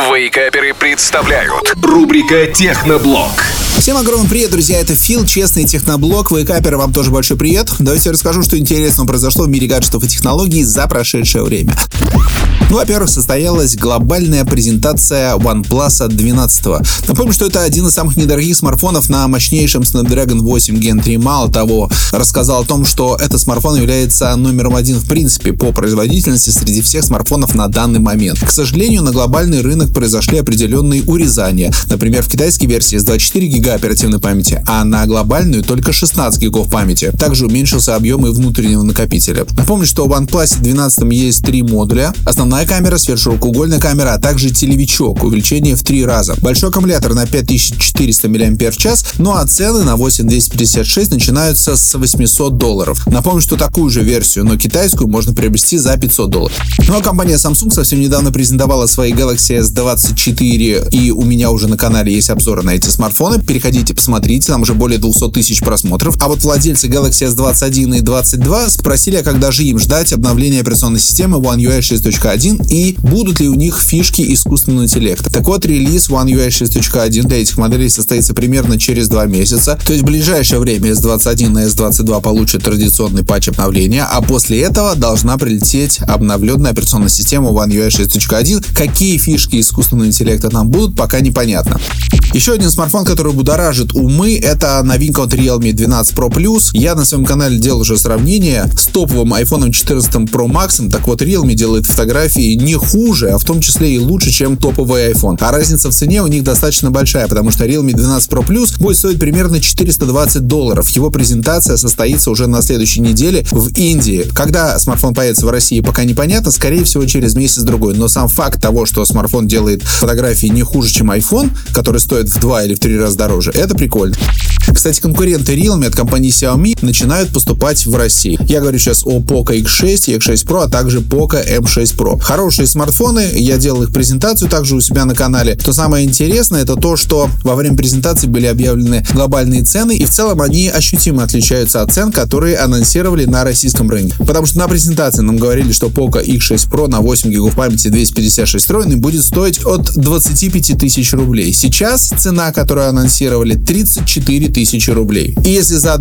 Вейкаперы представляют рубрика «Техноблог». Всем огромный привет, друзья, это Фил, честный техноблог. Вейкаперы, вам тоже большой привет. Давайте я расскажу, что интересного произошло в мире гаджетов и технологий за прошедшее время. Во-первых, состоялась глобальная презентация OnePlus 12. Напомню, что это один из самых недорогих смартфонов на мощнейшем Snapdragon 8 Gen 3. Мало того, рассказал о том, что этот смартфон является номером один в принципе по производительности среди всех смартфонов на данный момент. К сожалению, на глобальный рынок произошли определенные урезания. Например, в китайской версии с 24 гига оперативной памяти, а на глобальную только 16 гигов памяти. Также уменьшился объем и внутреннего накопителя. Напомню, что в OnePlus 12 есть три модуля. Основная камера, сверхширокоугольная камера, а также телевичок, увеличение в 3 раза. Большой аккумулятор на 5400 мАч, ну а цены на 8256 начинаются с $800. Напомню, что такую же версию, но китайскую, можно приобрести за $500. Ну а компания Samsung совсем недавно презентовала свои Galaxy S24, и у меня уже на канале есть обзоры на эти смартфоны. Переходите, посмотрите, там уже более 200 тысяч просмотров. А вот владельцы Galaxy S21 и 22 спросили, а когда же им ждать обновления операционной системы One UI 6.1 и будут ли у них фишки искусственного интеллекта. Так вот, релиз One UI 6.1 для этих моделей состоится примерно через 2 месяца. То есть в ближайшее время S21 и S22 получат традиционный патч обновления, а после этого должна прилететь обновленная операционная система One UI 6.1. Какие фишки искусственного интеллекта там будут, пока непонятно. Еще один смартфон, который будоражит умы, это новинка от Realme 12 Pro Plus. Я на своем канале делал уже сравнение с топовым iPhone 14 Pro Max. Так вот, Realme делает фотографии не хуже, а в том числе и лучше, чем топовый iPhone. А разница в цене у них достаточно большая, потому что Realme 12 Pro Plus будет стоить примерно $420. Его презентация состоится уже на следующей неделе в Индии. Когда смартфон появится в России, пока непонятно, скорее всего через месяц-другой. Но сам факт того, что смартфон делает фотографии не хуже, чем iPhone, который стоит в 2 или в 3 раза дороже, это прикольно. Кстати, конкуренты Realme от компании Xiaomi начинают поступать в России. Я говорю сейчас о Poco X6 и X6 Pro, а также Poco M6 Pro. Хорошие смартфоны, я делал их презентацию также у себя на канале. Что самое интересное, это то, что во время презентации были объявлены глобальные цены, и в целом они ощутимо отличаются от цен, которые анонсировали на российском рынке. Потому что на презентации нам говорили, что Poco X6 Pro на 8 гигов памяти 256 встроенный будет стоить от 25 тысяч рублей. Сейчас цена, которую анонсировали, 34 тысячи рублей. И если за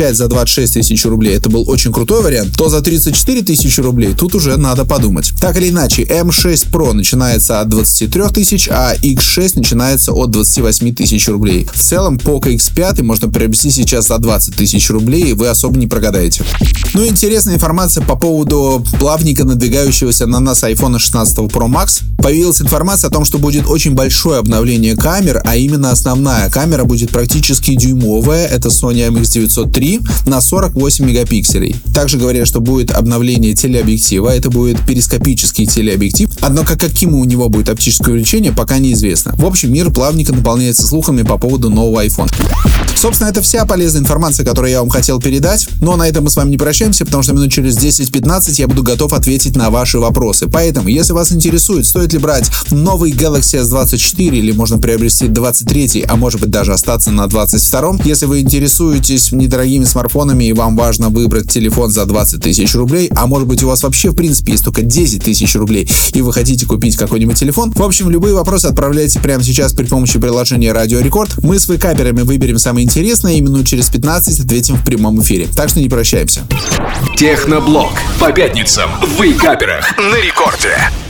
25-26 тысяч рублей это был очень крутой вариант, то за 34 тысячи рублей тут уже надо подумать. Так или иначе, M6 Pro начинается от 23 тысяч, а X6 начинается от 28 тысяч рублей. В целом, Poco X5 можно приобрести сейчас за 20 тысяч рублей, и вы особо не прогадаете. Ну и интересная информация по поводу плавненько надвигающегося на нас iPhone 16 Pro Max. Появилась информация о том, что будет очень большое обновление камер, а именно основная камера будет практически дюймовая, это Sony IMX903 на 48 мегапикселей. Также говорят, что будет обновление телеобъектива, это будет перископический телеобъектив, однако каким у него будет оптическое увеличение, пока неизвестно. В общем, мир плавненько наполняется слухами по поводу нового iPhone. Собственно, это вся полезная информация, которую я вам хотел передать, но на этом мы с вами не прощаемся, потому что минут через 10-15 я буду готов ответить на ваши вопросы. Поэтому, если вас интересует, стоит ли брать новый Galaxy S24 или можно приобрести 23, а может быть даже остаться на 22. Если вы интересуетесь недорогими смартфонами и вам важно выбрать телефон за 20 тысяч рублей, а может быть у вас вообще в принципе есть только 10 тысяч рублей и вы хотите купить какой-нибудь телефон, в общем, любые вопросы отправляйте прямо сейчас при помощи приложения Радио Рекорд. Мы с вейкаперами выберем самые интересные и минут через 15 ответим в прямом эфире. Так что не прощаемся. Техноблог по пятницам в Вейкаперах на рекорде.